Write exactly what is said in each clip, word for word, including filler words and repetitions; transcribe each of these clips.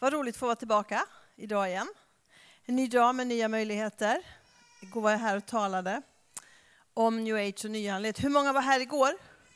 Vad roligt att få vara tillbaka idag igen. En ny dag med nya möjligheter. Igår var jag här och talade om New Age och nyandlighet. Hur många var här igår?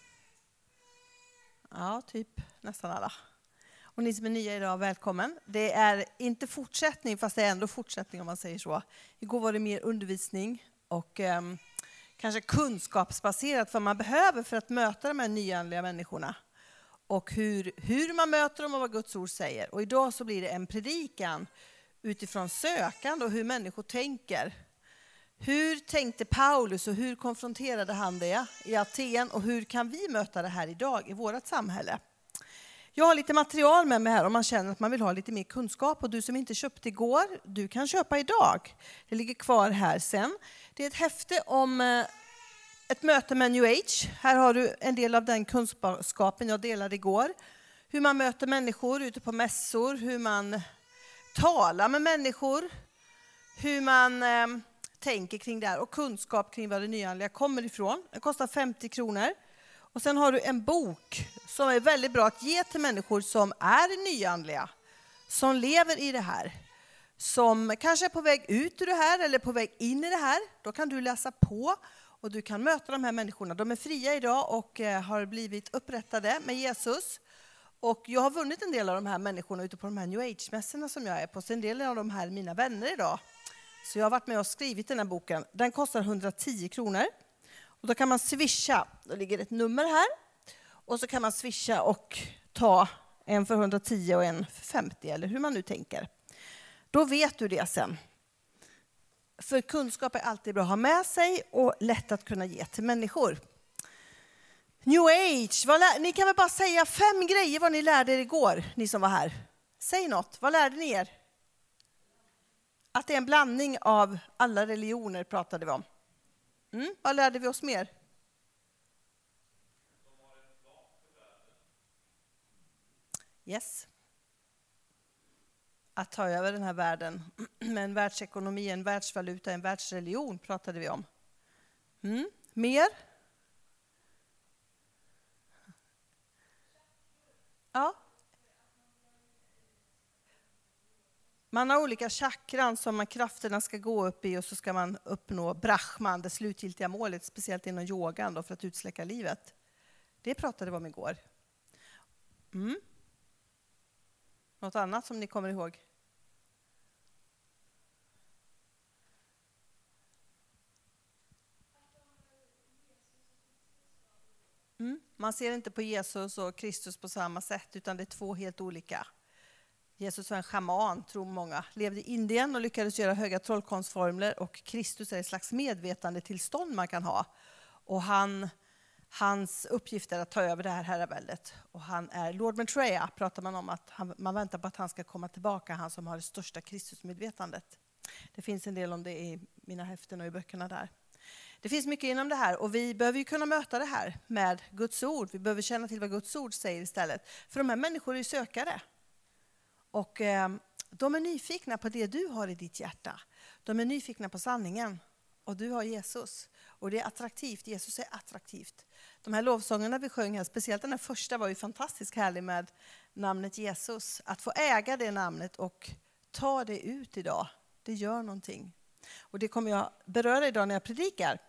Ja, typ nästan alla. Och ni som är nya idag, välkommen. Det är inte fortsättning, fast det är ändå fortsättning om man säger så. Igår var det mer undervisning och eh, kanske kunskapsbaserat vad man behöver för att möta de här nyandliga människorna. Och hur, hur man möter dem och vad Guds ord säger. Och idag så blir det en predikan utifrån sökande och hur människor tänker. Hur tänkte Paulus och hur konfronterade han det i Aten? Och hur kan vi möta det här idag i vårt samhälle? Jag har lite material med mig här om man känner att man vill ha lite mer kunskap. Och du som inte köpte igår, du kan köpa idag. Det ligger kvar här sen. Det är ett häfte om ett möte med New Age. Här har du en del av den kunskapen jag delade igår. Hur man möter människor ute på mässor. Hur man talar med människor. Hur man eh, tänker kring det här. Och kunskap kring var det nyandliga kommer ifrån. Det kostar femtio kronor. Och sen har du en bok som är väldigt bra att ge till människor som är nyandliga. Som lever i det här. Som kanske är på väg ut ur det här eller på väg in i det här. Då kan du läsa på. Och du kan möta de här människorna. De är fria idag och har blivit upprättade med Jesus. Och jag har vunnit en del av de här människorna ute på de här New Age-mässorna som jag är på. Så en del av de här är mina vänner idag. Så jag har varit med och skrivit den här boken. Den kostar hundratio kronor. Och då kan man swisha. Då ligger ett nummer här. Och så kan man swisha och ta en för hundratio och en för femtio. Eller hur man nu tänker. Då vet du det sen. För kunskap är alltid bra att ha med sig och lätt att kunna ge till människor. New Age, vad lär, ni kan väl bara säga fem grejer vad ni lärde er igår, ni som var här. Säg något, vad lärde ni er? Att det är en blandning av alla religioner pratade vi om. Mm, vad lärde vi oss mer? Yes. Att ta över den här världen med en världsekonomi, en världsvaluta, en världsreligion pratade vi om. Mm. Mer? Ja. Man har olika chakran som man krafterna ska gå upp i och så ska man uppnå Brahman, det slutgiltiga målet, speciellt inom yogan då, för att utsläcka livet. Det pratade vi om igår. Mm. Något annat som ni kommer ihåg? Mm. Man ser inte på Jesus och Kristus på samma sätt utan det är två helt olika. Jesus var en schaman, tror många. Levde i Indien och lyckades göra höga trollkonstformler och Kristus är ett slags medvetandetillstånd man kan ha. Och han, hans uppgift är att ta över det här herraväldet. Och han är Lord Maitreya, pratar man om att han, man väntar på att han ska komma tillbaka, han som har det största Kristusmedvetandet. Det finns en del om det i mina häften och i böckerna där. Det finns mycket inom det här och vi behöver ju kunna möta det här med Guds ord. Vi behöver känna till vad Guds ord säger istället. För de här människorna är ju sökare. Och eh, de är nyfikna på det du har i ditt hjärta. De är nyfikna på sanningen. Och du har Jesus. Och det är attraktivt. Jesus är attraktivt. De här lovsångerna vi sjöng här, speciellt den här första var ju fantastiskt härlig med namnet Jesus. Att få äga det namnet och ta det ut idag. Det gör någonting. Och det kommer jag beröra idag när jag predikar.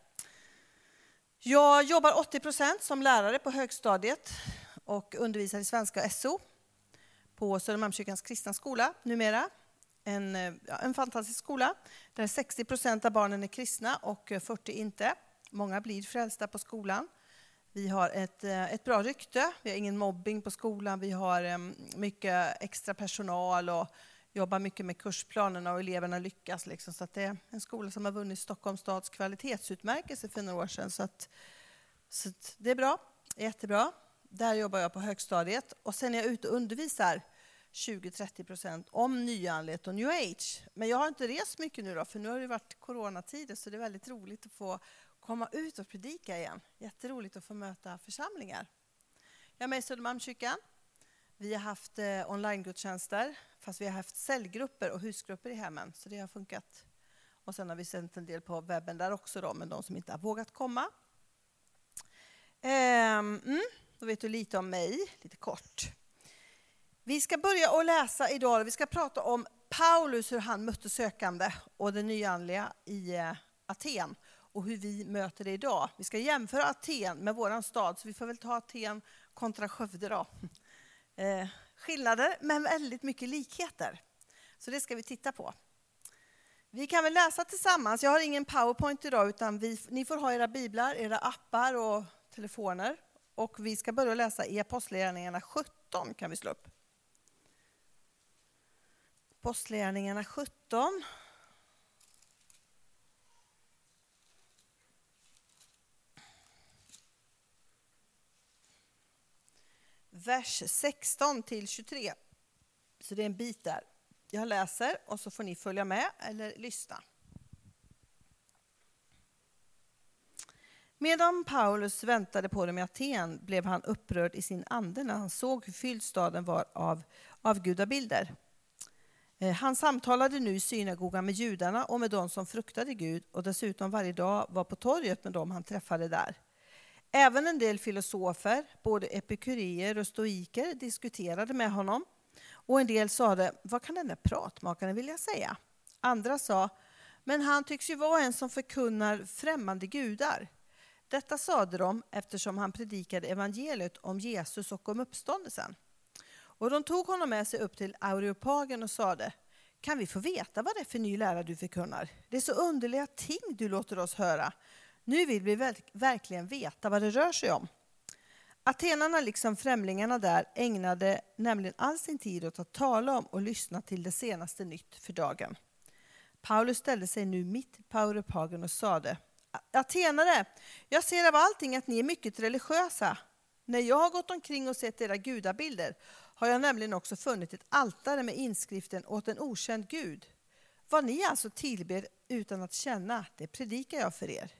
Jag jobbar åttio procent som lärare på högstadiet och undervisar i svenska och S O på Södermalmskyrkans kristna skola numera. En, ja, en fantastisk skola där sextio procent av barnen är kristna och fyrtio inte. Många blir frälsta på skolan. Vi har ett, ett bra rykte, vi har ingen mobbing på skolan, vi har mycket extra personal och jobbar mycket med kursplanerna och eleverna lyckas. Liksom. Så att det är en skola som har vunnit Stockholms stads kvalitetsutmärkelse för några år sedan. Så, att, så att det är bra, jättebra. Där jobbar jag på högstadiet. Och sen är jag ute och undervisar tjugo till trettio procent om nyandlighet och New Age. Men jag har inte rest mycket nu då, för nu har det varit coronatider så det är väldigt roligt att få komma ut och predika igen. Jätteroligt att få möta församlingar. Jag är med i Södermalmskyrkan. Vi har haft eh, online-gudstjänster, fast vi har haft cellgrupper och husgrupper i hemmen. Så det har funkat. Och sen har vi sänt en del på webben där också då, men de som inte har vågat komma. Ehm, mm, då vet du lite om mig, lite kort. Vi ska börja att läsa idag. Vi ska prata om Paulus, hur han mötte sökande och det nyandliga i Aten. Och hur vi möter det idag. Vi ska jämföra Aten med våran stad. Så vi får väl ta Aten kontra Skövde då. Eh, skillnader men väldigt mycket likheter. Så det ska vi titta på. Vi kan väl läsa tillsammans. Jag har ingen PowerPoint idag utan vi, ni får ha era biblar, era appar och telefoner. Och vi ska börja läsa i Apostlagärningarna sjutton kan vi slå upp. Apostlagärningarna sjutton. Vers sexton till tjugotre. Så det är en bit där. Jag läser och så får ni följa med eller lyssna. Medan Paulus väntade på dem i Aten blev han upprörd i sin ande när han såg hur fylld staden var av avgudabilder. Han samtalade nu i synagogan med judarna och med de som fruktade Gud och dessutom varje dag var på torget med dem han träffade där. Även en del filosofer, både epikureer och stoiker, diskuterade med honom. Och en del sade, vad kan den där pratmakaren vilja säga? Andra sa, men han tycks ju vara en som förkunnar främmande gudar. Detta sade de eftersom han predikade evangeliet om Jesus och om uppståndelsen. Och de tog honom med sig upp till Areopagen och sade, kan vi få veta vad det är för ny lära du förkunnar? Det är så underliga ting du låter oss höra. Nu vill vi verk- verkligen veta vad det rör sig om. Atenarna liksom främlingarna där ägnade nämligen all sin tid åt att tala om och lyssna till det senaste nytt för dagen. Paulus ställde sig nu mitt på Areopagen och sade, Atenare, jag ser av allting att ni är mycket religiösa. När jag har gått omkring och sett era gudabilder har jag nämligen också funnit ett altare med inskriften åt en okänd gud. Vad ni alltså tillber utan att känna, det predikar jag för er.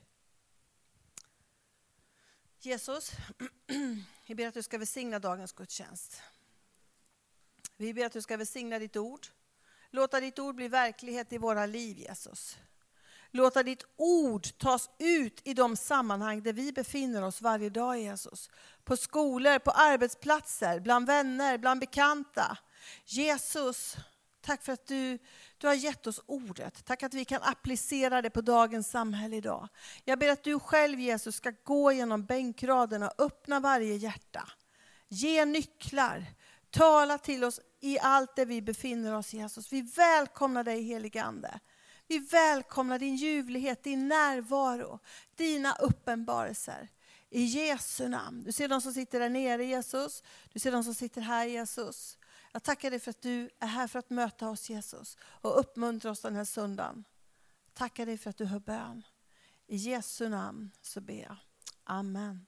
Jesus, vi ber att du ska välsigna dagens gudstjänst. Vi ber att du ska välsigna ditt ord. Låta ditt ord bli verklighet i våra liv, Jesus. Låta ditt ord tas ut i de sammanhang där vi befinner oss varje dag, Jesus. På skolor, på arbetsplatser, bland vänner, bland bekanta. Jesus, tack för att du, du har gett oss ordet. Tack att vi kan applicera det på dagens samhälle idag. Jag ber att du själv, Jesus, ska gå genom bänkraderna och öppna varje hjärta. Ge nycklar. Tala till oss i allt där vi befinner oss, Jesus. Vi välkomnar dig, helige Ande. Vi välkomnar din ljuvlighet, din närvaro, dina uppenbarelser. I Jesu namn. Du ser de som sitter där nere, Jesus. Du ser de som sitter här, Jesus. Jag tackar dig för att du är här för att möta oss, Jesus. Och uppmuntra oss den här söndagen. Tackar dig för att du hör bön. I Jesu namn så ber jag. Amen.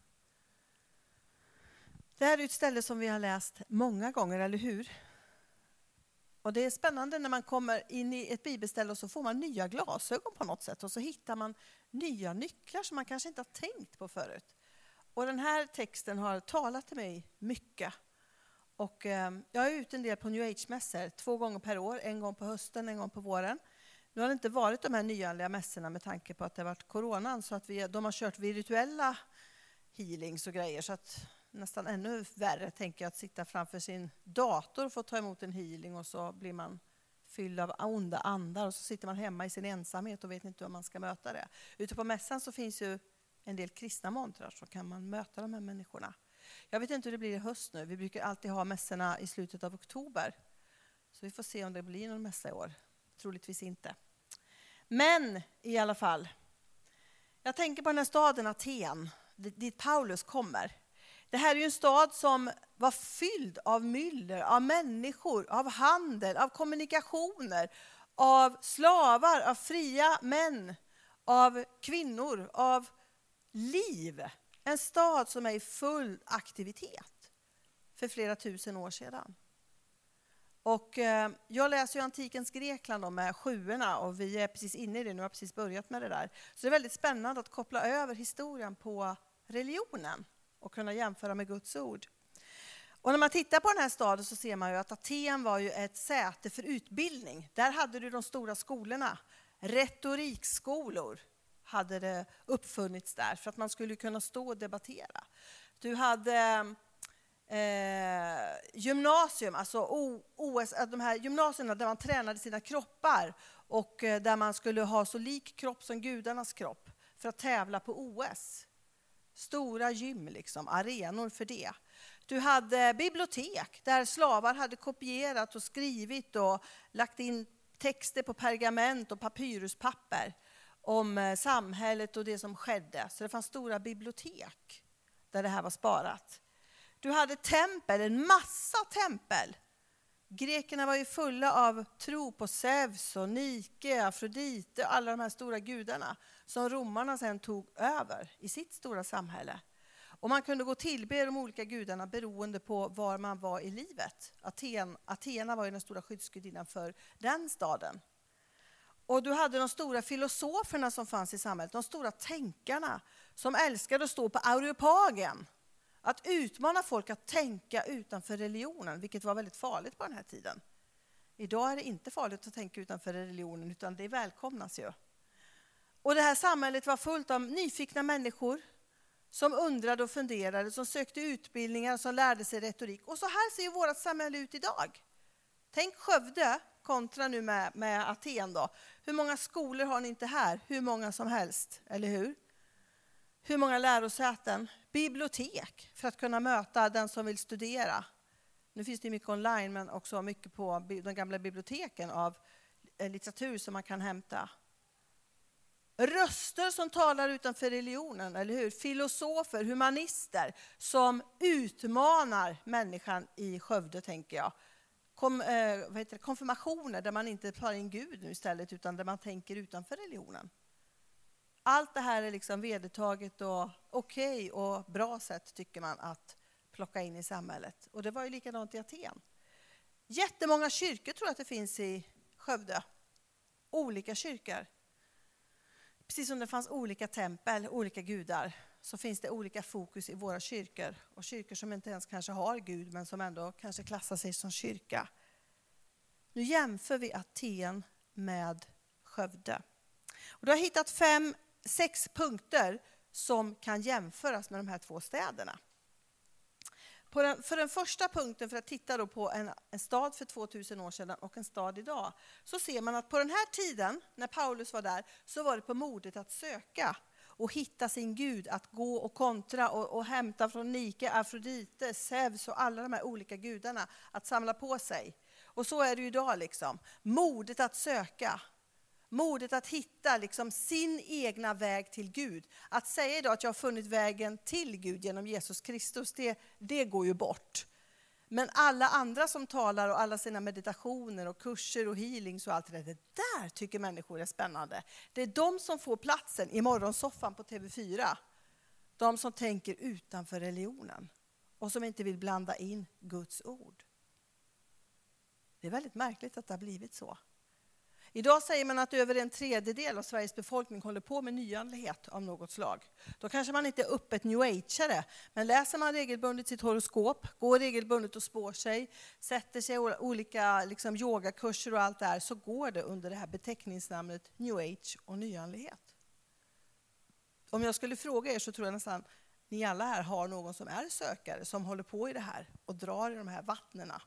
Det här är ett ställe som vi har läst många gånger, eller hur? Och det är spännande när man kommer in i ett bibelställe och så får man nya glasögon på något sätt. Och så hittar man nya nycklar som man kanske inte har tänkt på förut. Och den här texten har talat till mig mycket. Och eh, jag är ute en del på New Age-mässor två gånger per år. En gång på hösten, en gång på våren. Nu har det inte varit de här nyandliga mässorna med tanke på att det har varit coronan. Så att vi, de har kört virtuella healings och grejer. Så att nästan ännu värre tänker jag att sitta framför sin dator och få ta emot en healing. Och så blir man fylld av onda andar. Och så sitter man hemma i sin ensamhet och vet inte hur man ska möta det. Ute på mässan så finns ju en del kristna montrar så kan man möta de här människorna. Jag vet inte hur det blir i höst nu. Vi brukar alltid ha mässorna i slutet av oktober. Så vi får se om det blir någon mässa i år. Troligtvis inte. Men i alla fall. Jag tänker på den här staden Aten. Dit Paulus kommer. Det här är ju en stad som var fylld av myller, av människor, av handel, av kommunikationer. Av slavar, av fria män, av kvinnor, av liv. En stad som är i full aktivitet för flera tusen år sedan. Och eh, jag läser ju antikens Grekland om med sjuorna och vi är precis inne i det, nu har precis börjat med det där. Så det är väldigt spännande att koppla över historien på religionen och kunna jämföra med Guds ord. Och när man tittar på den här staden så ser man ju att Aten var ju ett säte för utbildning. Där hade du de stora skolorna, retorikskolor. Hade det uppfunnits där för att man skulle kunna stå och debattera. Du hade eh, gymnasium, alltså O S, de här gymnasierna där man tränade sina kroppar och eh, där man skulle ha så lik kropp som gudarnas kropp för att tävla på O S. Stora gym, liksom, arenor för det. Du hade bibliotek där slavar hade kopierat och skrivit och lagt in texter på pergament och papyruspapper om eh, samhället och det som skedde. Så det fanns stora bibliotek där det här var sparat. Du hade tempel, en massa tempel. Grekerna var ju fulla av tro på Zeus och Nike, Afrodite och alla de här stora gudarna som romarna sedan tog över i sitt stora samhälle. Och man kunde gå och tillbe de olika gudarna beroende på var man var i livet. Aten, Athena var ju den stora skyddsgudinnan för den staden. Och du hade de stora filosoferna som fanns i samhället, de stora tänkarna som älskade att stå på Areopagen. Att utmana folk att tänka utanför religionen, vilket var väldigt farligt på den här tiden. Idag är det inte farligt att tänka utanför religionen, utan det välkomnas ju. Och det här samhället var fullt av nyfikna människor som undrade och funderade, som sökte utbildningar, som lärde sig retorik. Och så här ser ju vårt samhälle ut idag. Tänk Skövde kontra nu med, med Aten då. Hur många skolor har ni inte här? Hur många som helst, eller hur? Hur många lärosäten? Bibliotek för att kunna möta den som vill studera. Nu finns det mycket online, men också mycket på de gamla biblioteken av litteratur som man kan hämta. Röster som talar utanför religionen, eller hur? Filosofer, humanister som utmanar människan i Skövde, tänker jag. Kom, eh, vad heter det? Konfirmationer där man inte tar in Gud nu istället, utan där man tänker utanför religionen. Allt det här är liksom vedertaget och okej och bra sätt, tycker man, att plocka in i samhället. Och det var ju likadant i Aten. Jättemånga kyrkor tror jag att det finns i Skövde. Olika kyrkor. Precis som det fanns olika tempel, olika gudar, så finns det olika fokus i våra kyrkor. Och kyrkor som inte ens kanske har Gud, men som ändå kanske klassar sig som kyrka. Nu jämför vi Aten med Skövde. Och du har hittat fem, sex punkter som kan jämföras med de här två städerna. På den, för den första punkten, för att titta då på en, en stad för tvåtusen år sedan och en stad idag, så ser man att på den här tiden, när Paulus var där, så var det på modet att söka och hitta sin Gud, att gå och kontra och, och hämta från Nike, Afrodite, Zeus och alla de här olika gudarna, att samla på sig. Och så är det ju idag liksom. Modet att söka. Modet att hitta liksom sin egna väg till Gud. Att säga idag att jag har funnit vägen till Gud genom Jesus Kristus, det, det går ju bort. Men alla andra som talar och alla sina meditationer och kurser och healings och allt det där, det där tycker människor är spännande. Det är de som får platsen i morgonsoffan på T V fyra. De som tänker utanför religionen och som inte vill blanda in Guds ord. Det är väldigt märkligt att det har blivit så. Idag säger man att över en tredjedel av Sveriges befolkning håller på med nyandlighet av något slag. Då kanske man inte är öppet new age-are, men läser man regelbundet sitt horoskop, går regelbundet och spår sig, sätter sig i olika liksom, yogakurser och allt det här, så går det under det här beteckningsnamnet new age och nyandlighet. Om jag skulle fråga er så tror jag nästan ni alla här har någon som är sökare, som håller på i det här och drar i de här vattnena.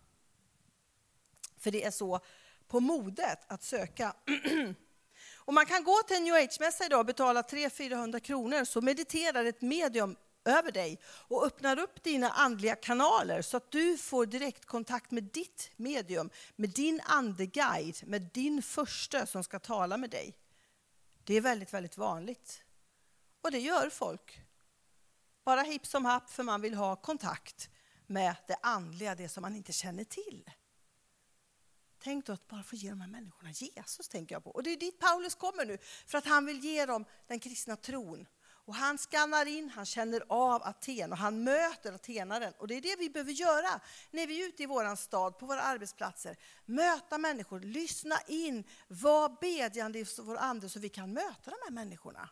För det är så på modet att söka. Och man kan gå till en new age-mässa idag och betala tre till fyrahundra kronor, så mediterar ett medium över dig och öppnar upp dina andliga kanaler så att du får direkt kontakt med ditt medium, med din andeguide, med din första som ska tala med dig. Det är väldigt, väldigt vanligt. Och det gör folk. Bara hipp som happ, för man vill ha kontakt med det andliga, det som man inte känner till. Tänk då att bara få ge de här människorna Jesus, tänker jag på. Och det är dit Paulus kommer nu, för att han vill ge dem den kristna tron. Och han skannar in, han känner av Aten och han möter atenaren. Och det är det vi behöver göra när vi är ute i våran stad, på våra arbetsplatser. Möta människor, lyssna in, var bedjande i vår ande så vi kan möta de här människorna.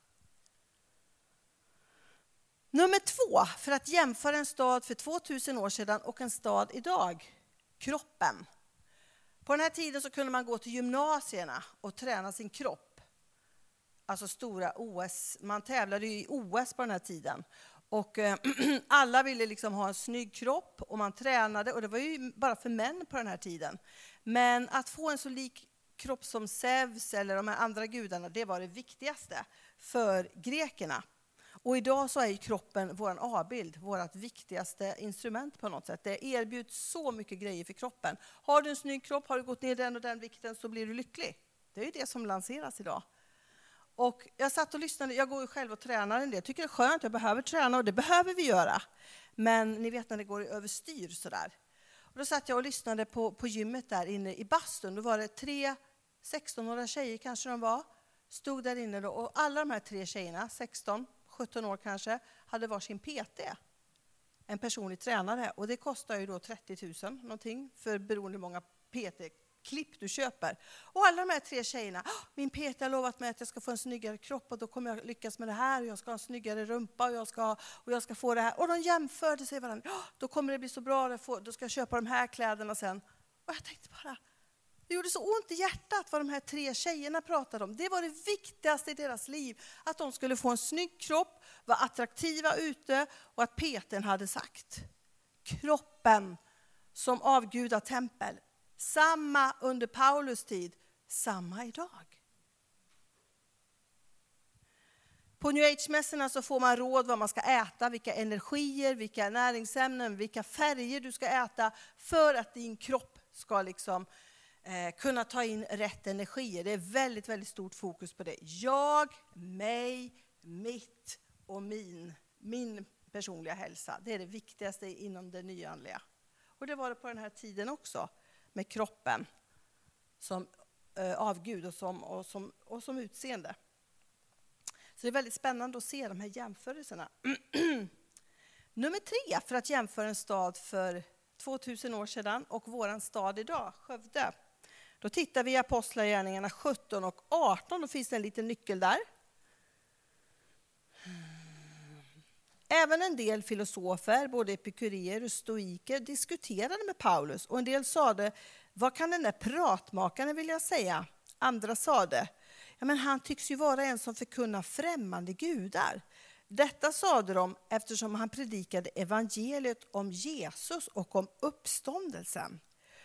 Nummer två, för att jämföra en stad för tvåtusen år sedan och en stad idag. Kroppen. På den här tiden så kunde man gå till gymnasierna och träna sin kropp. Alltså stora O S. Man tävlade ju i O S på den här tiden. Och eh, alla ville liksom ha en snygg kropp och man tränade. Och det var ju bara för män på den här tiden. Men att få en så lik kropp som Zeus eller de här andra gudarna, det var det viktigaste för grekerna. Och idag så är ju kroppen vår avbild, vårt viktigaste instrument på något sätt. Det erbjuds så mycket grejer för kroppen. Har du en snygg kropp, har du gått ner den och den vikten, så blir du lycklig. Det är ju det som lanseras idag. Och jag satt och lyssnade, jag går ju själv och tränar en del. Jag tycker det är skönt, jag behöver träna och det behöver vi göra. Men ni vet när det går överstyr sådär. Och då satt jag och lyssnade på, på gymmet där inne i bastun. Då var det tre sexton-åriga tjejer kanske de var. Stod där inne då, och alla de här tre tjejerna, sexton sjutton år kanske, hade varsin P T. En personlig tränare. Och det kostar ju då trettio tusen någonting för beroende hur många P T-klipp du köper. Och alla de här tre tjejerna, min P T har lovat mig att jag ska få en snyggare kropp och då kommer jag lyckas med det här. Och jag ska ha en snyggare rumpa och jag ska, och jag ska få det här. Och de jämförde sig varandra. Då kommer det bli så bra, då ska jag köpa de här kläderna sen. Och jag tänkte bara, det gjorde så ont i hjärtat vad de här tre tjejerna pratade om. Det var det viktigaste i deras liv. Att de skulle få en snygg kropp, vara attraktiva ute och att P T:n hade sagt. Kroppen som avgudatempel. Samma under Paulus tid, samma idag. På New Age-mässorna så får man råd vad man ska äta, vilka energier, vilka näringsämnen, vilka färger du ska äta för att din kropp ska liksom Eh, kunna ta in rätt energier. Det är väldigt, väldigt stort fokus på det. Jag, mig, mitt och min. Min personliga hälsa. Det är det viktigaste inom det nyandliga. Och det var det på den här tiden också. Med kroppen som eh, avgud och som, och, som, och som utseende. Så det är väldigt spännande att se de här jämförelserna. Nummer tre för att jämföra en stad för tvåtusen år sedan och våran stad idag, Skövde. Då tittar vi i Apostlagärningarna sjutton och arton, då finns det en liten nyckel där. Även en del filosofer, både epikureer och stoiker, diskuterade med Paulus. Och en del sade, vad kan den där pratmakaren vilja säga? Andra sade, ja men han tycks ju vara en som förkunnar främmande gudar. Detta sade de eftersom han predikade evangeliet om Jesus och om uppståndelsen.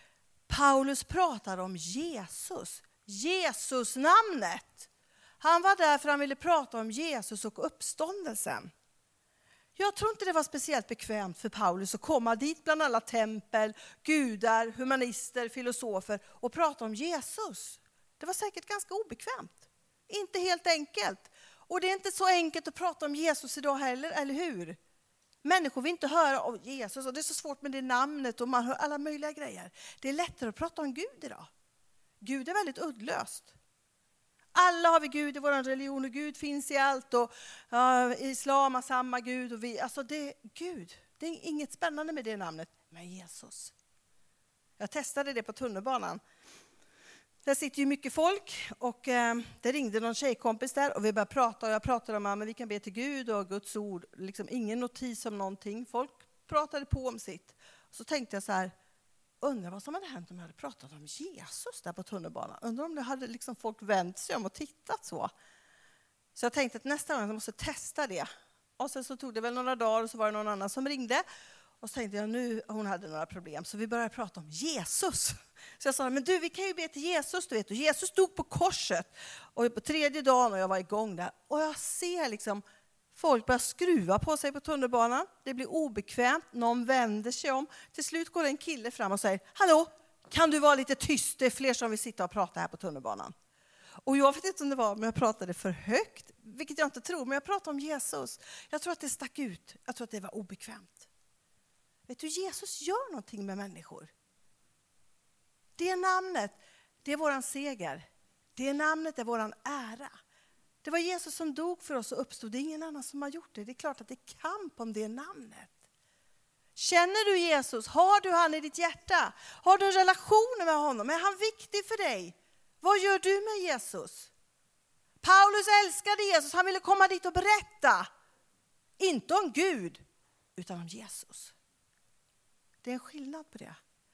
Paulus pratar om Jesus. Jesus namnet. Han var där för han ville prata om Jesus och uppståndelsen. Jag tror inte det var speciellt bekvämt för Paulus att komma dit bland alla tempel, gudar, humanister, filosofer och prata om Jesus. Det var säkert ganska obekvämt. Inte helt enkelt. Och det är inte så enkelt att prata om Jesus idag heller, eller hur? Människor vill inte höra om Jesus och det är så svårt med det namnet och man hör alla möjliga grejer. Det är lättare att prata om Gud idag. Gud är väldigt uddlöst. Alla har vi Gud i vår religion och Gud finns i allt och ja, islam har samma Gud och vi, alltså det Gud, det är inget spännande med det namnet, men Jesus. Jag testade det på tunnelbanan. Där sitter ju mycket folk och eh, det ringde någon tjejkompis där och vi började prata och jag pratade om att vi kan be till Gud och Guds ord. Liksom ingen notis om någonting. Folk pratade på om sitt. Så tänkte jag så här, undrar vad som hade hänt om jag hade pratat om Jesus där på tunnelbanan. Undrar om det hade liksom folk vänt sig om och tittat så. Så jag tänkte att nästa gång jag måste testa det. Och sen så tog det väl några dagar och så var det någon annan som ringde. Och så tänkte jag nu, hon hade några problem. Så vi började prata om Jesus. Så jag sa, men du vi kan ju be till Jesus, du vet. Och Jesus stod på korset. Och på tredje dagen och jag var igång där. Och jag ser liksom, folk börjar skruva på sig på tunnelbanan. Det blir obekvämt, någon vänder sig om. Till slut går en kille fram och säger, hallå, kan du vara lite tyst? Det är fler som vill sitta och prata här på tunnelbanan. Och jag vet inte om det var, men jag pratade för högt. Vilket jag inte tror, men jag pratade om Jesus. Jag tror att det stack ut. Jag tror att det var obekvämt. Vet du, Jesus gör någonting med människor. Det namnet, det är våran seger. Det namnet är våran ära. Det var Jesus som dog för oss och uppstod. Det är ingen annan som har gjort det. Det är klart att det är kamp om det namnet. Känner du Jesus? Har du han i ditt hjärta? Har du en relation med honom? Är han viktig för dig? Vad gör du med Jesus? Paulus älskade Jesus. Han ville komma dit och berätta. Inte om Gud, utan om Jesus. Det är en skillnad på det.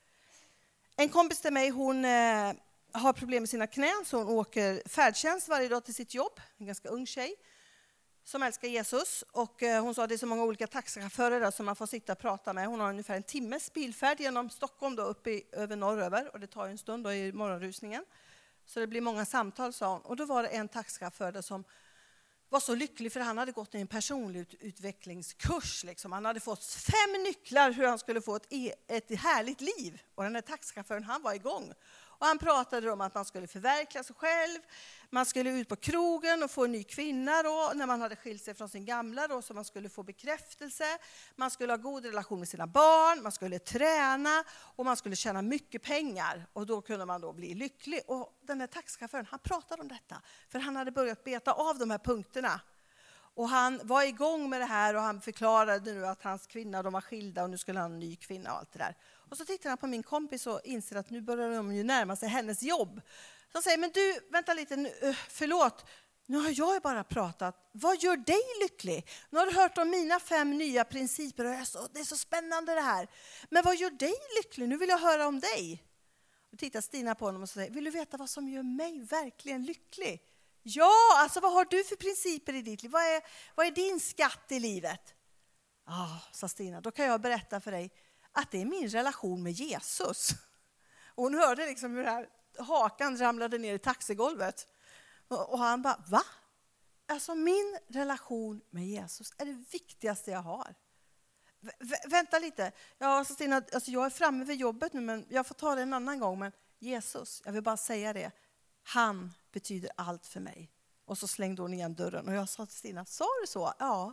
En kompis till mig, hon eh, har problem med sina knän så hon åker färdtjänst varje dag till sitt jobb. En ganska ung tjej. som älskar Jesus. Och hon sa att det är så många olika taxichaufförer där som man får sitta och prata med. Hon har ungefär en timmes bilfärd genom Stockholm då, upp i, över norröver. Och det tar ju en stund då i morgonrusningen. Så det blir många samtal, sa hon. Och då var det en taxichaufför där som var så lycklig för han hade gått i en personlig utvecklingskurs. Liksom. Han hade fått fem nycklar hur han skulle få ett, ett härligt liv. Och den här taxichauffören, han var igång. Och han pratade om att man skulle förverkliga sig själv. Man skulle ut på krogen och få en ny kvinna då, när man hade skilt sig från sin gamla. Då, så man skulle få bekräftelse. Man skulle ha god relation med sina barn. Man skulle träna. Och man skulle tjäna mycket pengar. Och då kunde man då bli lycklig. Och den här taxichauffören, han pratade om detta. För han hade börjat beta av de här punkterna. Och han var igång med det här och han förklarade nu att hans kvinna, de var skilda och nu skulle han ha en ny kvinna och allt det där. Och så tittar han på min kompis och inser att nu börjar de ju närma sig hennes jobb. Så han säger, men du, vänta lite, nu, förlåt, nu har jag ju bara pratat. Vad gör dig lycklig? Nu har du hört om mina fem nya principer och det är så, det är så spännande det här. Men vad gör dig lycklig? Nu vill jag höra om dig. Och tittar Stina på honom och säger, vill du veta vad som gör mig verkligen lycklig? Ja, alltså vad har du för principer i ditt liv? Vad är, vad är din skatt i livet? Ja, ah, sa Stina, då kan jag berätta för dig att det är min relation med Jesus. Och hon hörde liksom hur här hakan ramlade ner i taxigolvet. Och, och han bara, va? Alltså min relation med Jesus är det viktigaste jag har. V- v- vänta lite. Ja, sa Stina, alltså jag är framme vid jobbet nu men jag får ta det en annan gång. Men Jesus, jag vill bara säga det. Han betyder allt för mig. Och så slängde hon igen dörren. Och jag sa till Stina, sa du så? Ja.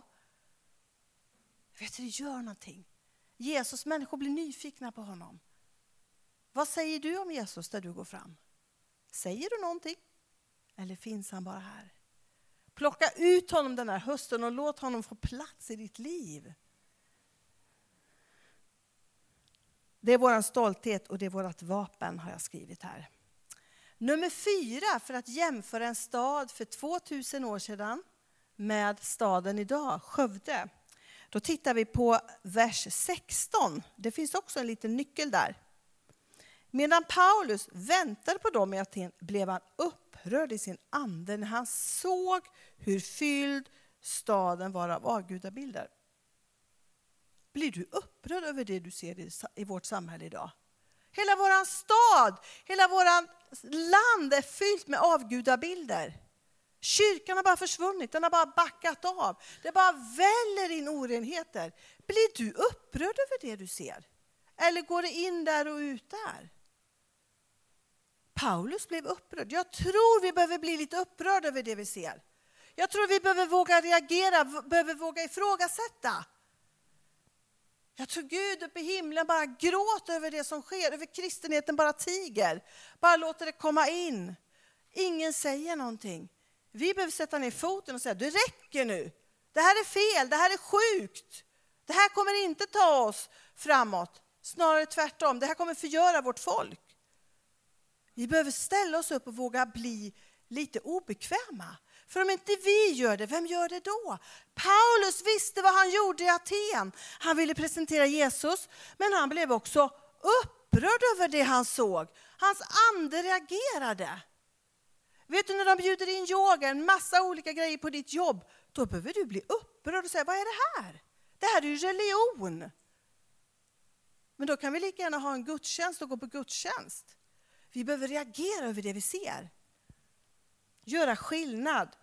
Vet du, det gör någonting. Jesus, människor blir nyfikna på honom. Vad säger du om Jesus där du går fram? Säger du någonting? Eller finns han bara här? Plocka ut honom den här hösten och låt honom få plats i ditt liv. Det är vår stolthet och det är vårt vapen, har jag skrivit här. Nummer fyra, för att jämföra en stad för tvåtusen år sedan med staden idag, Skövde. Då tittar vi på vers sexton. Det finns också en liten nyckel där. Medan Paulus väntade på dem i Aten blev han upprörd i sin ande när han såg hur fylld staden var av avgudabilder. Blir du upprörd över det du ser i, i vårt samhälle idag? Hela våran stad, hela våran land är fyllt med avgudabilder. Kyrkan har bara försvunnit, den har bara backat av. Det bara väller in orenheter. Blir du upprörd över det du ser? Eller går det in där och ut där? Paulus blev upprörd. Jag tror vi behöver bli lite upprörda över det vi ser. Jag tror vi behöver våga reagera, behöver våga ifrågasätta. Jag tror Gud uppe i himlen bara gråter över det som sker, över kristenheten bara tiger. Bara låter det komma in. Ingen säger någonting. Vi behöver sätta ner foten och säga, det räcker nu. Det här är fel, det här är sjukt. Det här kommer inte ta oss framåt. Snarare tvärtom, det här kommer förgöra vårt folk. Vi behöver ställa oss upp och våga bli lite obekväma. För om inte vi gör det, vem gör det då? Paulus visste vad han gjorde i Aten. Han ville presentera Jesus, men han blev också upprörd över det han såg. Hans ande reagerade. Vet du, när de bjuder in yoga, en massa olika grejer på ditt jobb, då behöver du bli upprörd och säga, vad är det här? Det här är ju religion. Men då kan vi lika gärna ha en gudstjänst och gå på gudstjänst. Vi behöver reagera över det vi ser. Göra skillnad.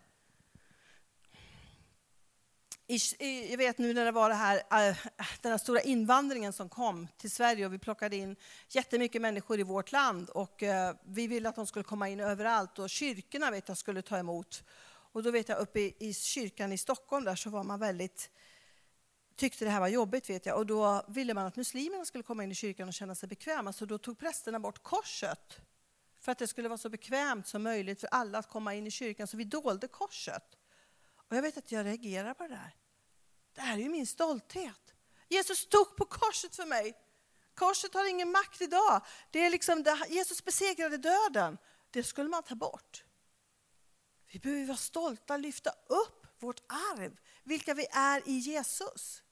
I, i, jag vet nu när det var det här, äh, den här stora invandringen som kom till Sverige och vi plockade in jättemycket människor i vårt land och äh, vi ville att de skulle komma in överallt och kyrkorna vet jag skulle ta emot. Och då vet jag uppe i, i kyrkan i Stockholm där så var man väldigt, tyckte det här var jobbigt vet jag. Och då ville man att muslimerna skulle komma in i kyrkan och känna sig bekväma. Så då tog prästerna bort korset. För att det skulle vara så bekvämt som möjligt för alla att komma in i kyrkan. Så vi dolde korset. Och jag vet att jag reagerar på det där. Det här är ju min stolthet. Jesus tog på korset för mig. Korset har ingen makt idag. Det är liksom, det, Jesus besegrade döden. Det skulle man ta bort. Vi behöver vara stolta, lyfta upp vårt arv. Vilka vi är i Jesus.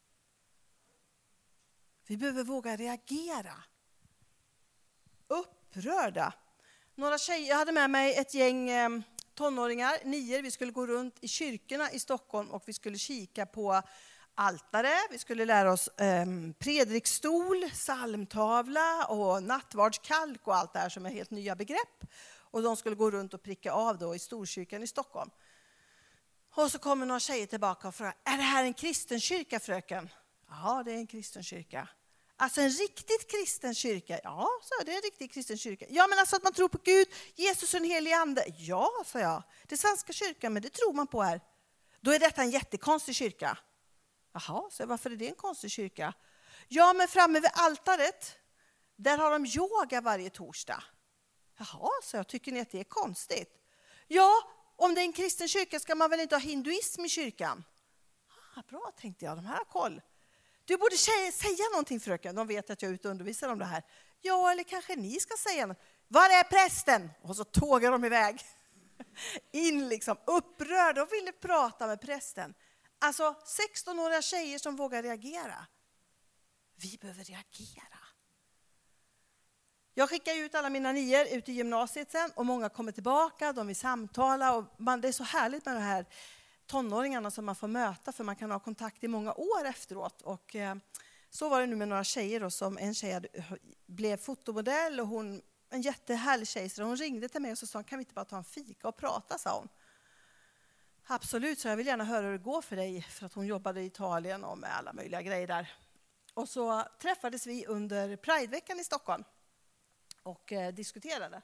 Vi behöver våga reagera. Upprörda. Några tjejer, jag hade med mig ett gäng eh, tonåringar, nior, vi skulle gå runt i kyrkorna i Stockholm och vi skulle kika på altare. Vi skulle lära oss eh, predikstol, psalmtavla och nattvardskalk och allt det här som är helt nya begrepp. Och de skulle gå runt och pricka av då i Storkyrkan i Stockholm. Och så kommer några tjejer tillbaka och frågar, är det här en kristen kyrka, fröken? Ja, det är en kristen kyrka. Alltså en riktigt kristen kyrka? Ja, så det är en riktigt kristen kyrka. Ja, men alltså att man tror på Gud, Jesus och en helig ande? Ja, sa jag. Det är svenska kyrkan, men det tror man på här. Då är detta en jättekonstig kyrka. Jaha, så varför är det en konstig kyrka? Ja, men framme vid altaret, där har de yoga varje torsdag. Jaha, så jag tycker ni att det är konstigt? Ja, om det är en kristen kyrka ska man väl inte ha hinduism i kyrkan? Ah, bra, tänkte jag, de här har koll. Du borde säga någonting, fröken. De vet att jag är ute och undervisar om det här. Ja, eller kanske ni ska säga något. Var är prästen? Och så tågar de iväg. In liksom, upprörda och ville prata med prästen. Alltså sexton-åriga tjejer som vågar reagera. Vi behöver reagera. Jag skickar ut alla mina nior ut i gymnasiet sen. Och många kommer tillbaka, de vill samtala. Och man, det är så härligt med det här tonåringarna som man får möta, för man kan ha kontakt i många år efteråt. Och eh, så var det nu med några tjejer då, som en tjej hade, blev fotomodell och hon, en jättehärlig tjej, så hon ringde till mig och så sa, kan vi inte bara ta en fika och prata, sa hon. Absolut, så jag vill gärna höra hur det går för dig, för att hon jobbade i Italien och med alla möjliga grejer där. Och så träffades vi under Prideveckan i Stockholm och eh, diskuterade.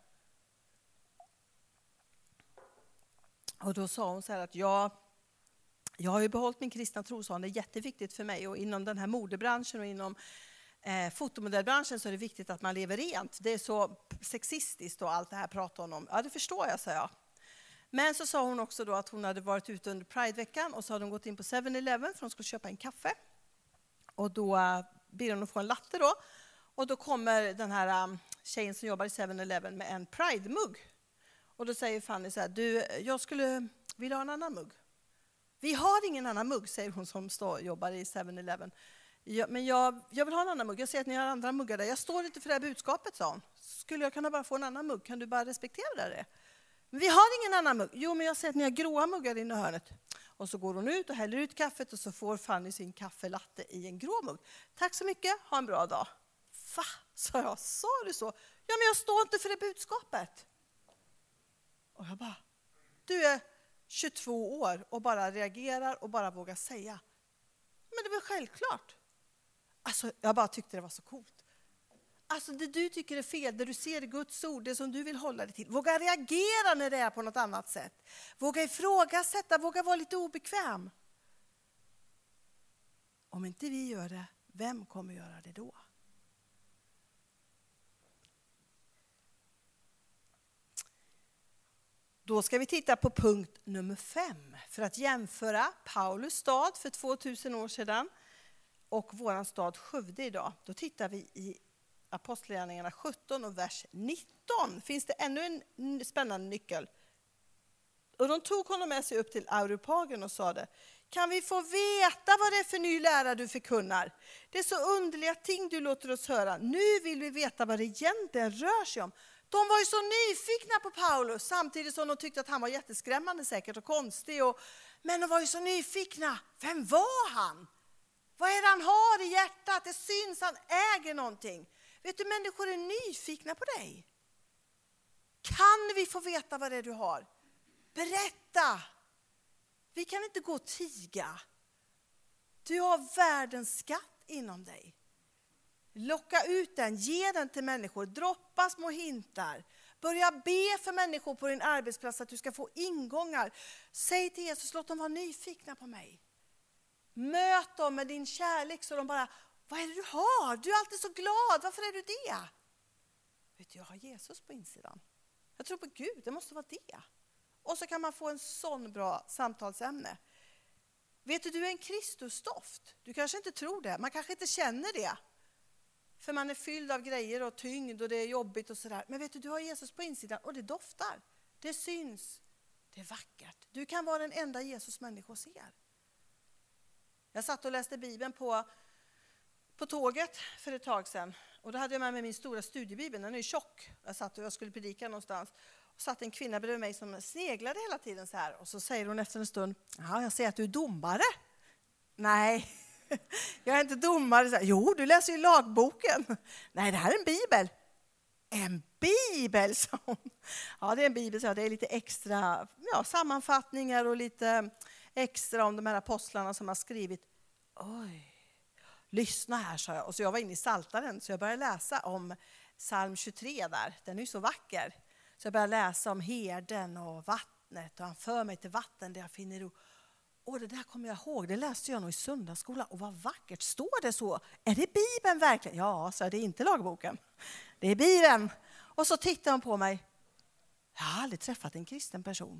Och då sa hon så här att jag Jag har ju behållit min kristna tro, sa hon. Det är jätteviktigt för mig. Och inom den här modebranschen och inom eh, fotomodellbranschen så är det viktigt att man lever rent. Det är så sexistiskt och allt det här pratar hon om. Ja, det förstår jag, sa jag. Men så sa hon också då att hon hade varit ute under Prideveckan och så hade hon gått in på seven eleven för hon skulle köpa en kaffe. Och då uh, ber hon att få en latte då. Och då kommer den här um, tjejen som jobbar i seven eleven med en Pride-mugg. Och då säger Fanny så här, du, jag skulle vilja ha en annan mugg. Vi har ingen annan mugg, säger hon som står, jobbar i seven eleven. Ja, men jag, jag vill ha en annan mugg. Jag ser att ni har andra muggar där. Jag står inte för det här budskapet, sa hon. Skulle jag kunna bara få en annan mugg? Kan du bara respektera det? Men vi har ingen annan mugg. Jo, men jag ser att ni har gråa muggar inne i hörnet. Och så går hon ut och häller ut kaffet och så får Fanny sin kaffelatte i en grå mugg. Tack så mycket, ha en bra dag. Va? Sa jag, sa du så? Ja, men jag står inte för det budskapet. Och jag bara, du är tjugotvå år och bara reagerar och bara vågar säga. Men det var självklart. Alltså, jag bara tyckte det var så coolt. Alltså det du tycker är fel, det du ser i Guds ord, det som du vill hålla dig till. Våga reagera när det är på något annat sätt. Våga ifrågasätta, våga vara lite obekväm. Om inte vi gör det, vem kommer göra det då? Då ska vi titta på punkt nummer fem för att jämföra Paulus stad för tvåtusen år sedan och våran stad Skövde idag. Då tittar vi i Apostlagärningarna sjutton och vers nitton. Finns det ännu en spännande nyckel? Och de tog honom med sig upp till Areopagen och sa det. Kan vi få veta vad det är för ny lära du förkunnar? Det är så underliga ting du låter oss höra. Nu vill vi veta vad det egentligen rör sig om. De var ju så nyfikna på Paulus, samtidigt som de tyckte att han var jätteskrämmande säkert och konstig. Och, men de var ju så nyfikna. Vem var han? Vad är det han har i hjärtat? Det syns, han äger någonting. Vet du, människor är nyfikna på dig. Kan vi få veta vad det är du har? Berätta. Vi kan inte gå och tiga. Du har världens skatt inom dig. Locka ut den, ge den till människor, droppa små hintar. Börja be för människor på din arbetsplats att du ska få ingångar. Säg till Jesus, låt dem vara nyfikna på mig. Möt dem med din kärlek så de bara, vad är det du har? Du är alltid så glad, varför är du det? Vet du, jag har Jesus på insidan. Jag tror på Gud, det måste vara det. Och så kan man få en sån bra samtalsämne. Vet du, du är en Kristusdoft. Du kanske inte tror det, man kanske inte känner det. För man är fylld av grejer och tyngd och det är jobbigt och sådär. Men vet du, du har Jesus på insidan och det doftar. Det syns. Det är vackert. Du kan vara den enda Jesus människor ser. Jag satt och läste Bibeln på, på tåget för ett tag sedan. Och då hade jag med mig min stora studiebibel. Den är ju tjock. Jag satt och jag skulle predika någonstans. Och satt en kvinna bredvid mig som sneglade hela tiden så här. Och så säger hon efter en stund, ja, jag ser att du är domare. Nej, jag är inte domare. Så här, jo, du läser ju lagboken. Nej, det här är en bibel. En bibel, sa hon. Ja, det är en bibel, så det är lite extra ja, sammanfattningar och lite extra om de här apostlarna som har skrivit. Oj, lyssna här, sa jag. Och så jag var inne i Psaltaren, så jag började läsa om psalm tjugotre där. Den är ju så vacker. Så jag började läsa om herden och vattnet. Och han för mig till vatten där jag finner ro. Och det där kommer jag ihåg. Det läste jag nog i söndagsskolan. Och vad vackert. Står det så? Är det Bibeln verkligen? Ja, så är det inte lagboken. Det är Bibeln. Och så tittar hon på mig. Jag har aldrig träffat en kristen person.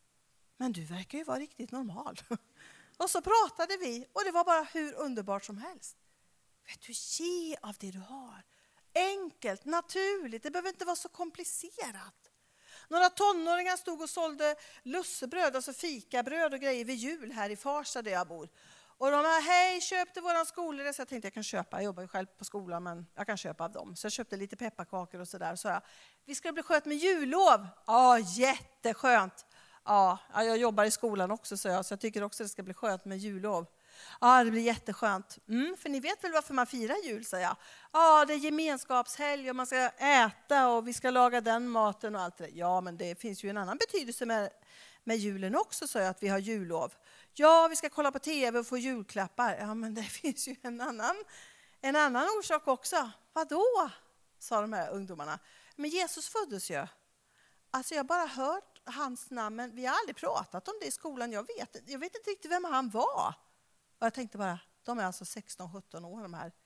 Men du verkar ju vara riktigt normal. Och så pratade vi. Och det var bara hur underbart som helst. Vet du, ge av det du har. Enkelt, naturligt. Det behöver inte vara så komplicerat. Några tonåringar stod och sålde lussebröd, alltså fikabröd och grejer vid jul här i Farsta där jag bor. Och de här, hej, köpte våran skolresa. Jag tänkte jag kan köpa, jag jobbar ju själv på skolan men jag kan köpa av dem. Så jag köpte lite pepparkakor och sådär. Så jag, vi ska bli skönt med jullov. Ja, jätteskönt. Ja, jag jobbar i skolan också så jag, så jag tycker också det ska bli skönt med jullov. Ja, det blir jätteskönt. Mm, för ni vet väl varför man firar jul, säger jag. Ja, det är gemenskapshelg och man ska äta och vi ska laga den maten och allt det. Ja, men det finns ju en annan betydelse med, med julen också, så jag, att vi har jullov. Ja, vi ska kolla på tv och få julklappar. Ja, men det finns ju en annan, en annan orsak också. Vadå? Sa de här ungdomarna. Men Jesus föddes ju. Alltså jag har bara hört hans namn, men vi har aldrig pratat om det i skolan. Jag vet, jag vet inte riktigt vem han var. Och jag tänkte bara, de är alltså sexton sjutton år de här.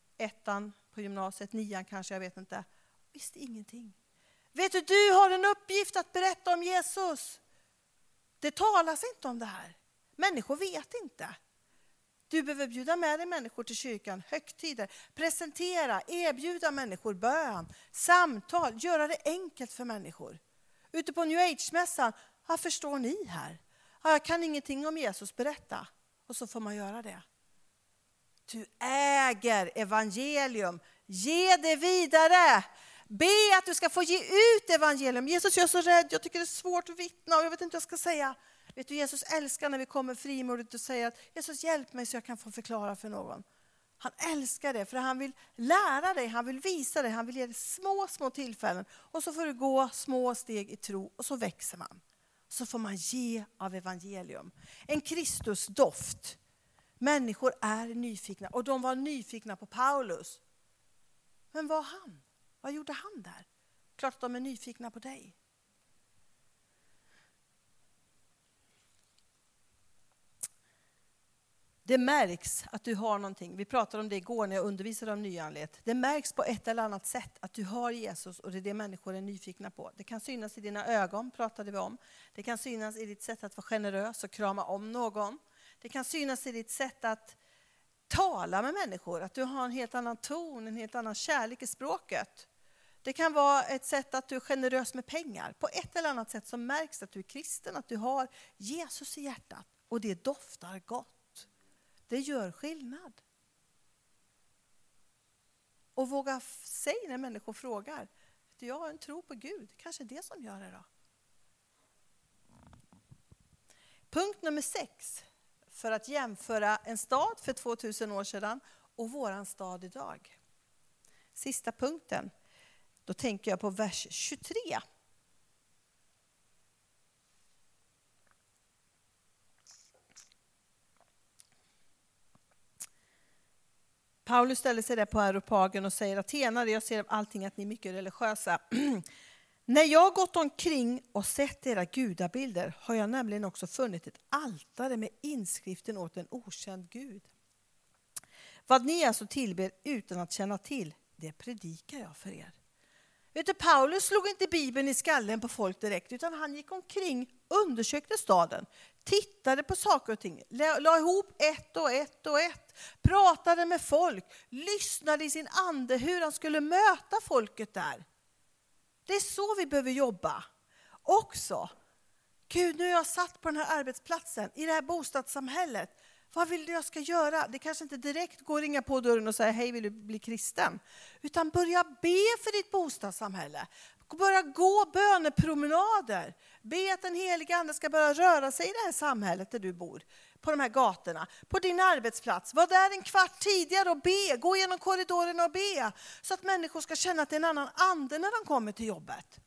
Ettan på gymnasiet, nian kanske, jag vet inte. Visste ingenting. Vet du, du har en uppgift att berätta om Jesus. Det talas inte om det här. Människor vet inte. Du behöver bjuda med dig människor till kyrkan, högtider, presentera, erbjuda människor bön, samtal, göra det enkelt för människor. Ute på New Age-mässan, vad förstår ni här? Jag kan ingenting om Jesus, berätta. Och så får man göra det. Du äger evangelium. Ge det vidare. Be att du ska få ge ut evangelium. Jesus, jag är så rädd. Jag tycker det är svårt att vittna och jag vet inte vad jag ska säga. Vet du, Jesus älskar när vi kommer frimodigt och säger att Jesus, hjälp mig så jag kan få förklara för någon. Han älskar det för han vill lära dig, han vill visa dig, han vill ge dig små, små tillfällen. Och så får du gå små steg i tro och så växer man. Så får man ge av evangelium. En Kristusdoft. Människor är nyfikna. Och de var nyfikna på Paulus. Men vad var han? Vad gjorde han där? Klart att de är nyfikna på dig. Det märks att du har någonting. Vi pratade om det igår när jag undervisade om nyanlighet. Det märks på ett eller annat sätt att du har Jesus och det är det människor är nyfikna på. Det kan synas i dina ögon, pratade vi om. Det kan synas i ditt sätt att vara generös och krama om någon. Det kan synas i ditt sätt att tala med människor. Att du har en helt annan ton, en helt annan kärlek i språket. Det kan vara ett sätt att du är generös med pengar. På ett eller annat sätt så märks att du är kristen, att du har Jesus i hjärtat. Och det doftar gott. Det gör skillnad. Och våga säga när människor frågar. Jag har en tro på Gud. Kanske det som gör det då. Punkt nummer sex. För att jämföra en stad för tvåtusen år sedan och våran stad idag. Sista punkten. Då tänker jag på vers tjugotre. Paulus ställer sig där på Areopagen och säger: Atenare, jag ser av allting att ni är mycket religiösa. När jag gått omkring och sett era gudabilder har jag nämligen också funnit ett altare med inskriften åt en okänd Gud. Vad ni alltså tillber utan att känna till, det predikar jag för er. Vet du, Paulus slog inte Bibeln i skallen på folk direkt, utan han gick omkring, undersökte staden, tittade på saker och ting, la, la ihop ett och ett och ett, pratade med folk, lyssnade i sin ande hur han skulle möta folket där. Det är så vi behöver jobba. Också, Gud, nu har jag satt på den här arbetsplatsen, i det här bostadssamhället. Vad vill du jag ska göra? Det kanske inte direkt går att ringa på dörren och säga hej, vill du bli kristen? Utan börja be för ditt bostadssamhälle. Börja gå bönepromenader. Be att den heliga ande ska börja röra sig i det här samhället där du bor. På de här gatorna, på din arbetsplats. Var där en kvart tidigare och be. Gå igenom korridoren och be. Så att människor ska känna att det är en annan ande när de kommer till jobbet.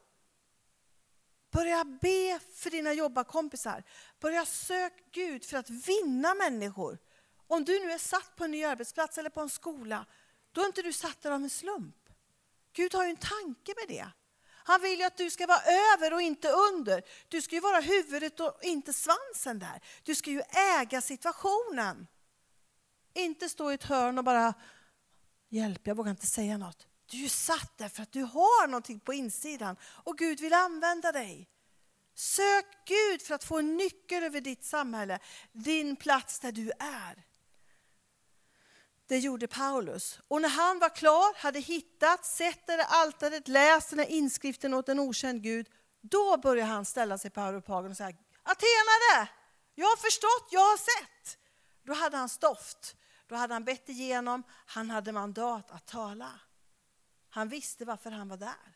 Börja be för dina jobbarkompisar. Börja sök Gud för att vinna människor. Om du nu är satt på en ny arbetsplats eller på en skola, då är inte du satt där av en slump. Gud har ju en tanke med det. Han vill ju att du ska vara över och inte under. Du ska ju vara huvudet och inte svansen där. Du ska ju äga situationen. Inte stå i ett hörn och bara, hjälp, jag vågar inte säga något. Du är ju satt där för att du har någonting på insidan. Och Gud vill använda dig. Sök Gud för att få en nyckel över ditt samhälle. Din plats där du är. Det gjorde Paulus. Och när han var klar, hade hittat, sett det altaret, läst den här inskriften åt en okänd Gud. Då började han ställa sig på Areopagen och säga, Atenare, jag har förstått, jag har sett. Då hade han stoft. Då hade han bett igenom, han hade mandat att tala. Han visste varför han var där.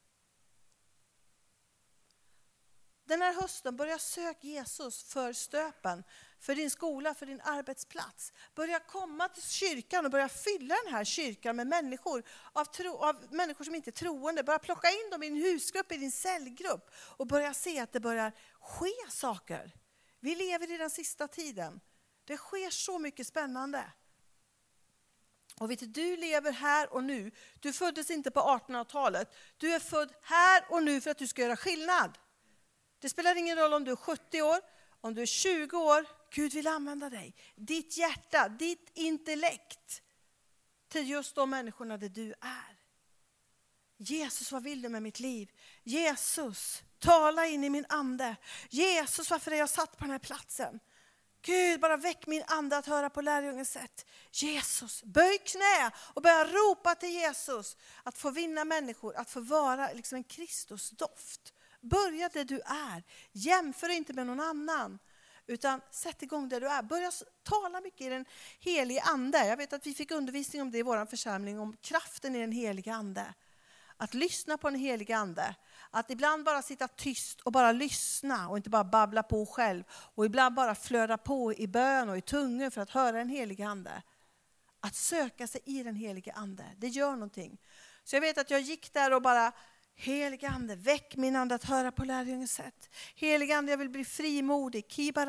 Den här hösten, börja söka Jesus för stöpen, för din skola, för din arbetsplats. Börja komma till kyrkan och börja fylla den här kyrkan med människor, av, tro, av människor som inte är troende. Börja plocka in dem i din husgrupp, i din cellgrupp och börja se att det börjar ske saker. Vi lever i den sista tiden. Det sker så mycket spännande. Och vet du, du lever här och nu. Du föddes inte på artonhundratalet. Du är född här och nu för att du ska göra skillnad. Det spelar ingen roll om du är sjuttio år, om du är tjugo år. Gud vill använda dig. Ditt hjärta, ditt intellekt till just de människorna där du är. Jesus, vad vill du med mitt liv? Jesus, tala in i min ande. Jesus, varför är jag satt på den här platsen? Gud, bara väck min ande att höra på lärjungens sätt. Jesus, böj knä och börja ropa till Jesus. Att få vinna människor, att få vara liksom en Kristusdoft. Börja där du är. Jämför inte med någon annan. Utan sätt igång där du är. Börja tala mycket i den helige ande. Jag vet att vi fick undervisning om det i vår församling. Om kraften i den helige ande. Att lyssna på den helige ande. Att ibland bara sitta tyst och bara lyssna. Och inte bara babbla på själv. Och ibland bara flöda på i bön och i tungor för att höra den helige ande. Att söka sig i den helige ande. Det gör någonting. Så jag vet att jag gick där och bara... Helige ande, väck min ande att höra på lärjungens sätt. Helige ande, jag vill bli frimodig.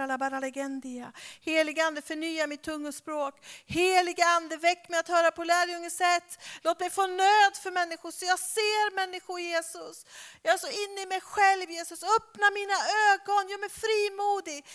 Helige ande, förnya mitt tungospråk. Helige ande, väck mig att höra på lärjungens sätt. Låt mig få nöd för människor så jag ser människor, Jesus. Jag är så inne i mig själv, Jesus. Öppna mina ögon, gör mig frimodig.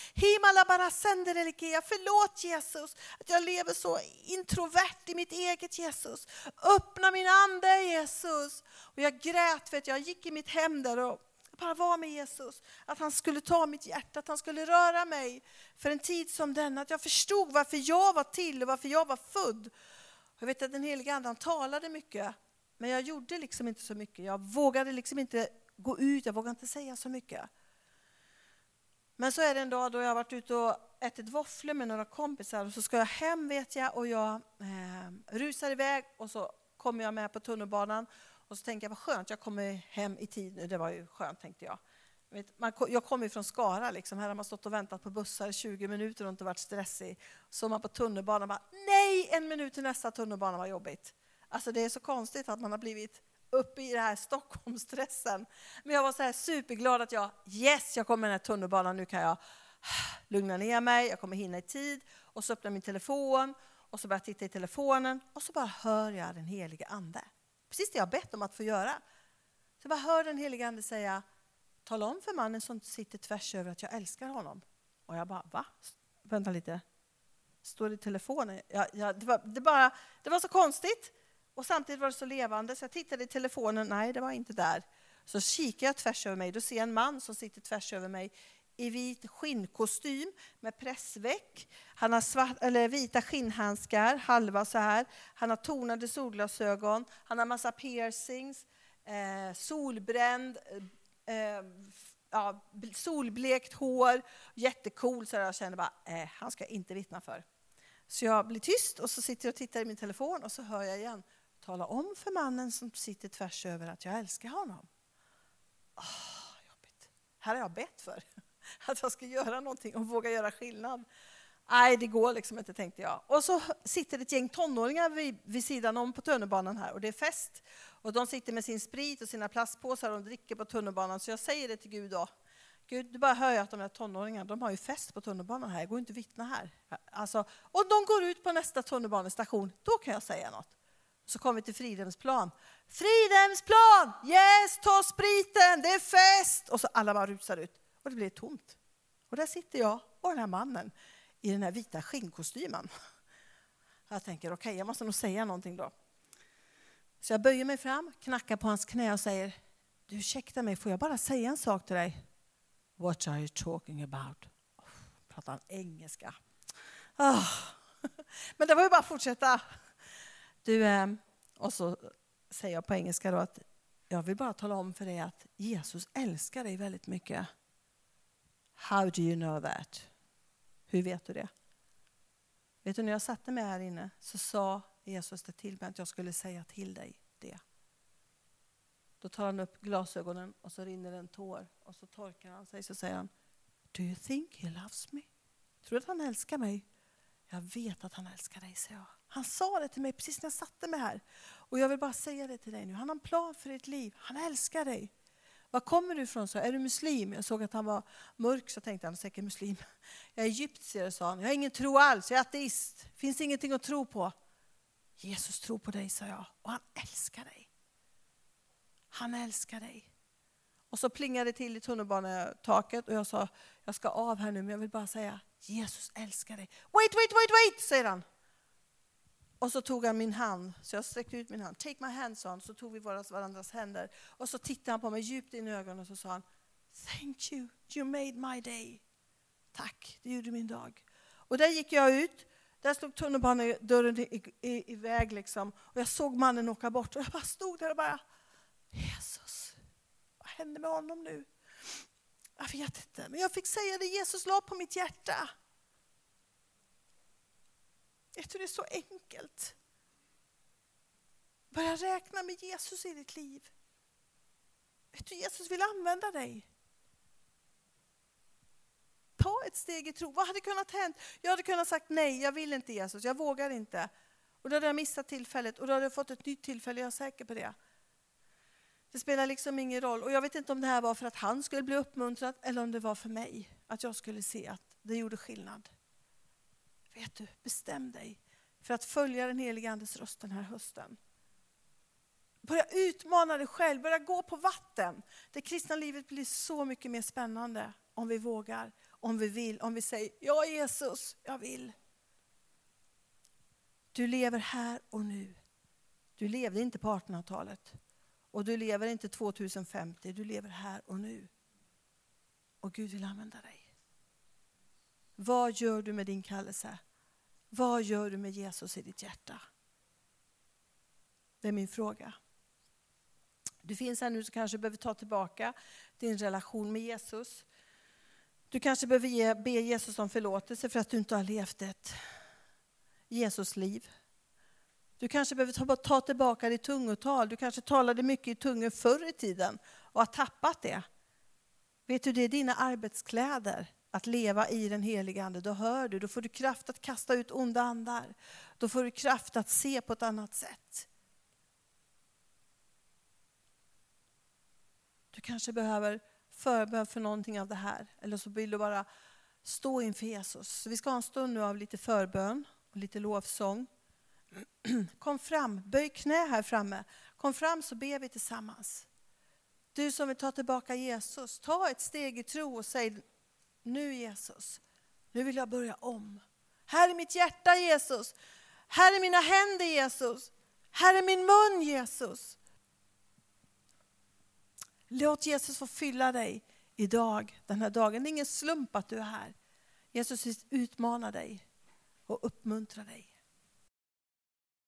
Förlåt, Jesus, att jag lever så introvert i mitt eget, Jesus. Öppna min ande, Jesus. Och jag grät för att jag gick i mitt hem där och bara var med Jesus. Att han skulle ta mitt hjärta, att han skulle röra mig för en tid som den. Att jag förstod varför jag var till och varför jag var född. Jag vet att den heliga anden talade mycket. Men jag gjorde liksom inte så mycket. Jag vågade liksom inte gå ut, jag vågade inte säga så mycket. Men så är det en dag då jag har varit ute och ätit våfflor med några kompisar. Och så ska jag hem, vet jag, och jag eh, rusar iväg och så kommer jag med på tunnelbanan. Och så tänker jag, vad skönt, jag kommer hem i tid nu. Det var ju skönt, tänkte jag. Jag kommer ju från Skara, liksom. Här har man stått och väntat på bussar i tjugo minuter och inte varit stressig. Så man på tunnelbanan bara, nej, en minut till nästa tunnelbana var jobbigt. Alltså det är så konstigt att man har blivit uppe i det här Stockholmsstressen. Men jag var så här superglad att jag, yes, jag kommer med den här tunnelbanan, nu kan jag lugna ner mig, jag kommer hinna i tid. Och så öppnar min telefon och så börjar jag titta i telefonen och så bara hör jag den heliga ande. Precis det jag har bett om att få göra. Så jag bara hör den heliga ande säga, tala om för mannen som sitter tvärs över att jag älskar honom. Och jag bara, va? Vänta lite. Står det i telefonen? Ja, ja, det, var, det, bara, det var så konstigt. Och samtidigt var det så levande. Så jag tittade i telefonen, nej det var inte där. Så kikar jag tvärs över mig. Då ser jag en man som sitter tvärs över mig. I vit skinnkostym med pressväck. Han har svart, eller vita skinnhandskar, halva så här. Han har tonade solglasögon. Han har massa piercings, eh, solbränd, eh, ja, solblekt hår, jättecool. Så jag kände bara, eh, han ska jag inte vittna för. Så jag blir tyst och så sitter jag och tittar i min telefon och så hör jag igen. Tala om för mannen som sitter tvärs över att jag älskar honom. Oh, jobbigt. Här har jag bett för. Att jag ska göra någonting och våga göra skillnad. Nej, det går liksom inte, tänkte jag. Och så sitter ett gäng tonåringar vid, vid sidan om på tunnelbanan här. Och det är fest. Och de sitter med sin sprit och sina plastpåsar och dricker på tunnelbanan. Så jag säger det till Gud då. Gud, du bara hör ju att de här tonåringarna, de har ju fest på tunnelbanan här. Jag går inte att vittna här. Alltså, och de går ut på nästa tunnelbanestation. Då kan jag säga något. Så kommer vi till Fridhemsplan. Fridhemsplan! Yes, ta spriten! Det är fest! Och så alla bara rusar ut. Och det blir tomt. Och där sitter jag och den här mannen i den här vita skinnkostymen. Jag tänker, okej, okay, jag måste nog säga någonting då. Så jag böjer mig fram, knackar på hans knä och säger, du ursäkta mig, får jag bara säga en sak till dig? What are you talking about? Oh, pratar han engelska. Oh. Men det var ju bara att fortsätta. Du, eh, och så säger jag på engelska då att jag vill bara tala om för dig att Jesus älskar dig väldigt mycket. How do you know that? Hur vet du det? Vet du, när jag satte mig här inne så sa Jesus det till mig att jag skulle säga till dig det. Då tar han upp glasögonen och så rinner en tår och så torkar han sig, så säger han, do you think he loves me? Tror du att han älskar mig? Jag vet att han älskar dig, säger jag. Han sa det till mig precis när jag satte mig här. Och jag vill bara säga det till dig nu. Han har en plan för ditt liv. Han älskar dig. Var kommer du ifrån? Så är du muslim? Jag såg att han var mörk, så tänkte han säkert muslim. Jag är egyptier, sa han. Jag har ingen tro alls, jag är ateist. Finns ingenting att tro på. Jesus tror på dig, sa jag. Och han älskar dig. Han älskar dig. Och så plingade det till i tunnelbanetaket och jag sa, jag ska av här nu, men jag vill bara säga, Jesus älskar dig. Wait, wait, wait, wait, säger han. Och så tog han min hand, så jag sträckte ut min hand. Take my hand, sa han. Så tog vi våra, varandras händer. Och så tittade han på mig djupt in i ögonen och så sa han, thank you, you made my day. Tack, det gjorde min dag. Och där gick jag ut, där slog tunnelbanedörren i, i, iväg liksom. Och jag såg mannen åka bort och jag bara stod där och bara, Jesus, vad hände med honom nu? Jag vet inte, men jag fick säga det Jesus la på mitt hjärta. Jag tror det är så enkelt. Börja räkna med Jesus i ditt liv. Vet du, Jesus vill använda dig. Ta ett steg i tro. Vad hade kunnat hänt? Jag hade kunnat sagt nej, jag vill inte Jesus, jag vågar inte. Och då hade jag missat tillfället och då hade jag fått ett nytt tillfälle, jag är säker på det. Det spelar liksom ingen roll. Och jag vet inte om det här var för att han skulle bli uppmuntrad eller om det var för mig. Att jag skulle se att det gjorde skillnad. Vet du, bestäm dig för att följa den heliga andes röst den här hösten. Börja utmana dig själv, börja gå på vatten. Det kristna livet blir så mycket mer spännande om vi vågar, om vi vill, om vi säger, ja Jesus, jag vill. Du lever här och nu. Du levde inte på artonhundratalet. Och du lever inte tjugohundrafemtio, du lever här och nu. Och Gud vill använda dig. Vad gör du med din kallelse? Vad gör du med Jesus i ditt hjärta? Det är min fråga. Du finns här nu så kanske behöver ta tillbaka din relation med Jesus. Du kanske behöver ge, be Jesus om förlåtelse för att du inte har levt ett Jesus liv. Du kanske behöver ta, ta tillbaka ditt tungotal. Du kanske talade mycket i tungor förr i tiden och har tappat det. Vet du, det är dina arbetskläder att leva i den heliga ande. Då hör du, då får du kraft att kasta ut onda andar. Då får du kraft att se på ett annat sätt. Du kanske behöver förbön för någonting av det här. Eller så vill du bara stå inför Jesus. Så vi ska ha en stund nu av lite förbön och lite lovsång. Kom fram, böj knä här framme. Kom fram så ber vi tillsammans. Du som vill ta tillbaka Jesus, ta ett steg i tro och säg, nu Jesus, nu vill jag börja om. Här är mitt hjärta Jesus. Här är mina händer Jesus. Här är min mun Jesus. Låt Jesus få fylla dig idag, den här dagen. Det är ingen slump att du är här. Jesus utmanar dig och uppmuntrar dig.